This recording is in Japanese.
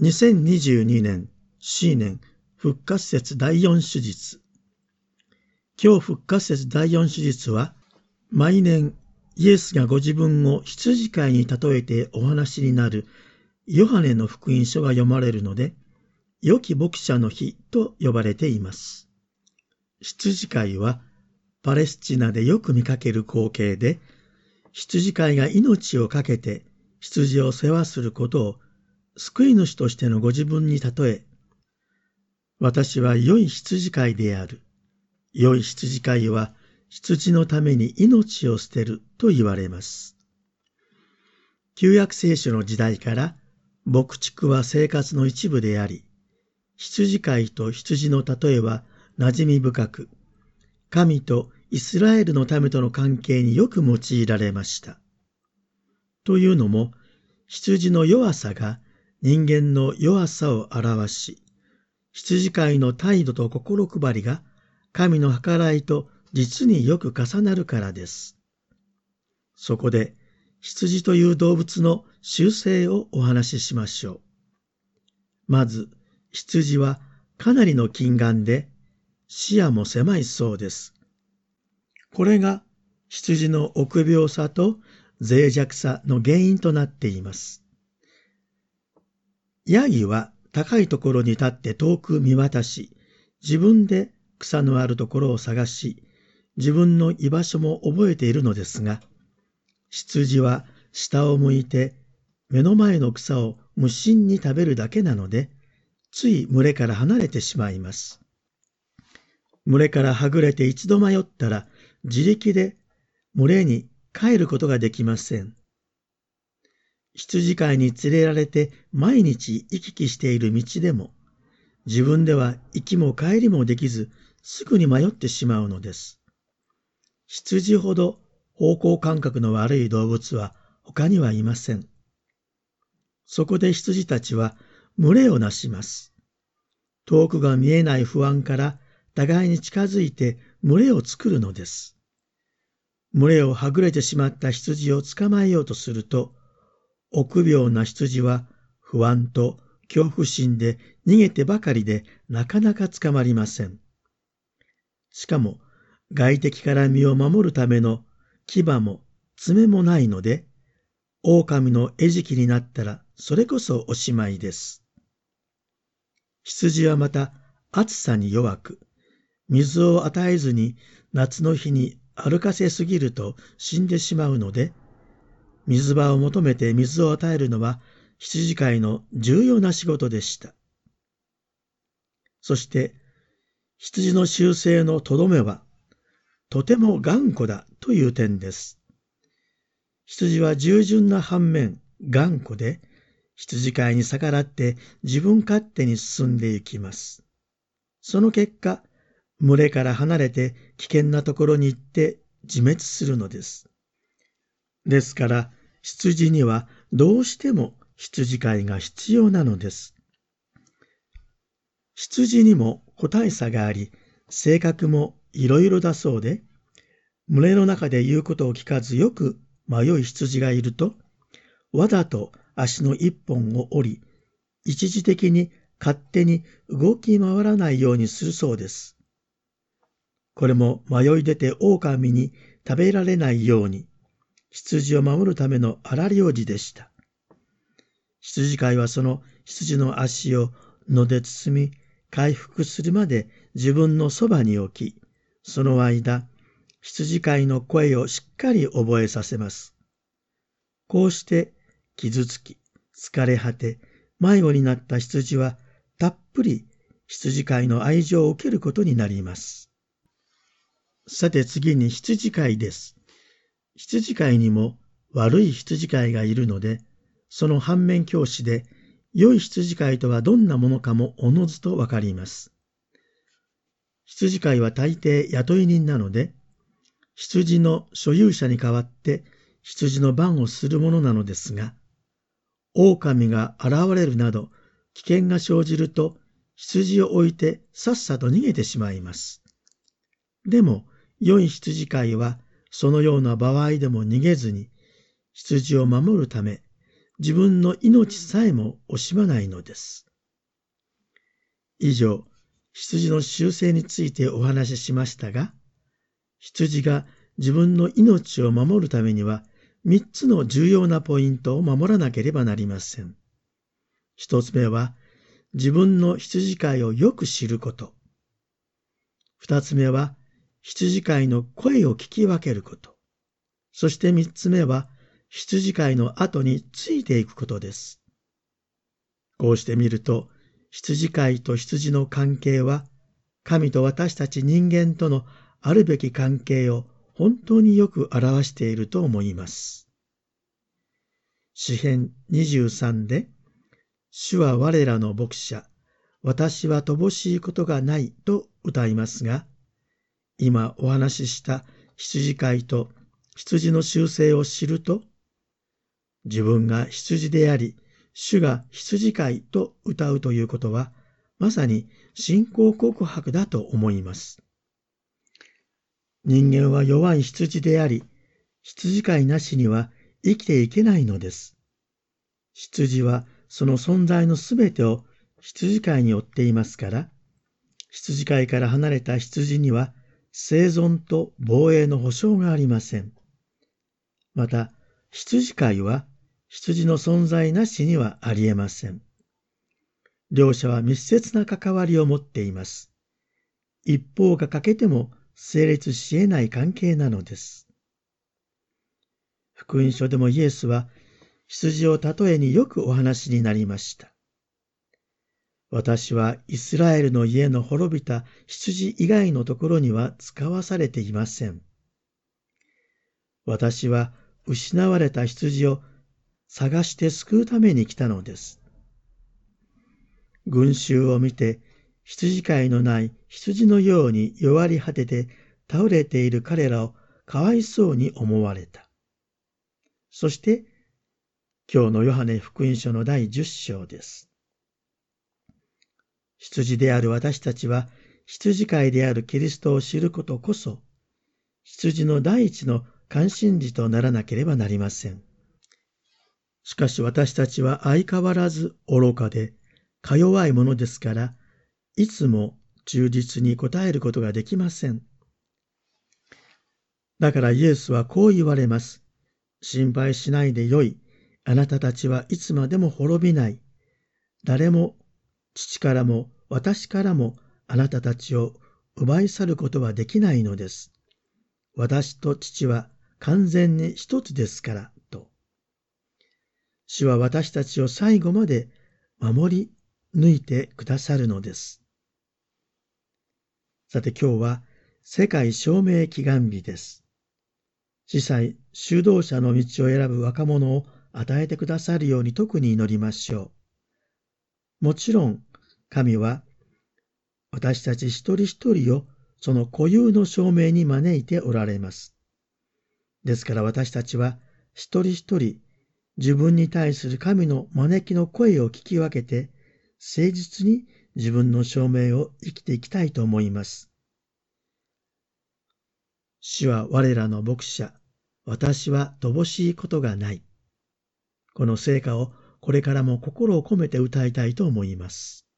2022年新年復活節第4手術。今日復活節第4手術は、毎年イエスがご自分を羊飼いに例えてお話になるヨハネの福音書が読まれるので、良き牧者の日と呼ばれています。羊飼いはパレスチナでよく見かける光景で、羊飼いが命を懸けて羊を世話することを救い主としてのご自分に例え、私は良い羊飼いである。良い羊飼いは羊のために命を捨てると言われます。旧約聖書の時代から牧畜は生活の一部であり、羊飼いと羊の例えは馴染み深く、神とイスラエルの民との関係によく用いられました。というのも、羊の弱さが人間の弱さを表し、羊飼いの態度と心配りが神の計らいと実によく重なるからです。そこで、羊という動物の習性をお話ししましょう。まず、羊はかなりの近眼で、視野も狭いそうです。これが羊の臆病さと脆弱さの原因となっています。ヤギは高いところに立って遠く見渡し、自分で草のあるところを探し、自分の居場所も覚えているのですが、羊は下を向いて目の前の草を無心に食べるだけなので、つい群れから離れてしまいます。群れからはぐれて一度迷ったら、自力で群れに帰ることができません。羊飼いに連れられて毎日行き来している道でも、自分では行きも帰りもできず、すぐに迷ってしまうのです。羊ほど方向感覚の悪い動物は他にはいません。そこで羊たちは群れをなします。遠くが見えない不安から互いに近づいて群れを作るのです。群れをはぐれてしまった羊を捕まえようとすると、臆病な羊は不安と恐怖心で逃げてばかりでなかなか捕まりません。しかも外敵から身を守るための牙も爪もないので、狼の餌食になったらそれこそおしまいです。羊はまた暑さに弱く、水を与えずに夏の日に歩かせすぎると死んでしまうので、水場を求めて水を与えるのは羊飼いの重要な仕事でした。そして、羊の習性のとどめは、とても頑固だという点です。羊は従順な反面、頑固で、羊飼いに逆らって自分勝手に進んでいきます。その結果、群れから離れて危険なところに行って自滅するのです。ですから、羊にはどうしても羊飼いが必要なのです。羊にも個体差があり、性格もいろいろだそうで、群れの中で言うことを聞かずよく迷い羊がいると、わざと足の一本を折り、一時的に勝手に動き回らないようにするそうです。これも迷い出て狼に食べられないように、羊を守るための荒療治でした。羊飼いはその羊の足を布で包み、回復するまで自分のそばに置き、その間、羊飼いの声をしっかり覚えさせます。こうして傷つき、疲れ果て、迷子になった羊はたっぷり羊飼いの愛情を受けることになります。さて次に羊飼いです。羊飼いにも悪い羊飼いがいるので、その反面教師で、良い羊飼いとはどんなものかもおのずとわかります。羊飼いは大抵雇い人なので、羊の所有者に代わって羊の番をするものなのですが、狼が現れるなど危険が生じると、羊を置いてさっさと逃げてしまいます。でも、良い羊飼いはそのような場合でも逃げずに、羊を守るため、 自分の命さえも惜しまないのです。以上、羊の習性についてお話ししましたが、羊が自分の命を守るためには、3つの重要なポイントを守らなければなりません。1つ目は、自分の羊飼いをよく知ること。2つ目は、羊飼いの声を聞き分けること。そして3つ目は、羊飼いの後についていくことです。こうして見ると、羊飼いと羊の関係は、神と私たち人間とのあるべき関係を本当によく表していると思います。詩編23で、主は我らの牧者、私は乏しいことがないと歌いますが、今お話しした羊飼いと羊の習性を知ると、自分が羊であり、主が羊飼いと歌うということは、まさに信仰告白だと思います。人間は弱い羊であり、羊飼いなしには生きていけないのです。羊はその存在のすべてを羊飼いに負っていますから、羊飼いから離れた羊には生存と防衛の保証がありません。また、羊飼いは羊の存在なしにはありえません。両者は密接な関わりを持っています。一方が欠けても成立し得ない関係なのです。福音書でもイエスは羊を例えによくお話になりました。私はイスラエルの家の滅びた羊以外のところには使わされていません。私は失われた羊を探して救うために来たのです。群衆を見て、羊飼いのない羊のように弱り果てて倒れている彼らをかわいそうに思われた。そして、今日のヨハネ福音書の第10章です。羊である私たちは、羊飼いであるキリストを知ることこそ、羊の第一の関心事とならなければなりません。しかし私たちは相変わらず愚かで、か弱いものですから、いつも忠実に答えることができません。だからイエスはこう言われます。心配しないでよい。あなたたちはいつまでも滅びない。誰も父からも私からもあなたたちを奪い去ることはできないのです。私と父は完全に一つですからと。主は私たちを最後まで守り抜いてくださるのです。さて今日は世界証明祈願日です。司祭、修道者の道を選ぶ若者を与えてくださるように特に祈りましょう。もちろん、神は私たち一人一人をその固有の証明に招いておられます。ですから私たちは一人一人自分に対する神の招きの声を聞き分けて誠実に自分の証明を生きていきたいと思います。主は我らの牧者、私は乏しいことがない。この聖歌をこれからも心を込めて歌いたいと思います。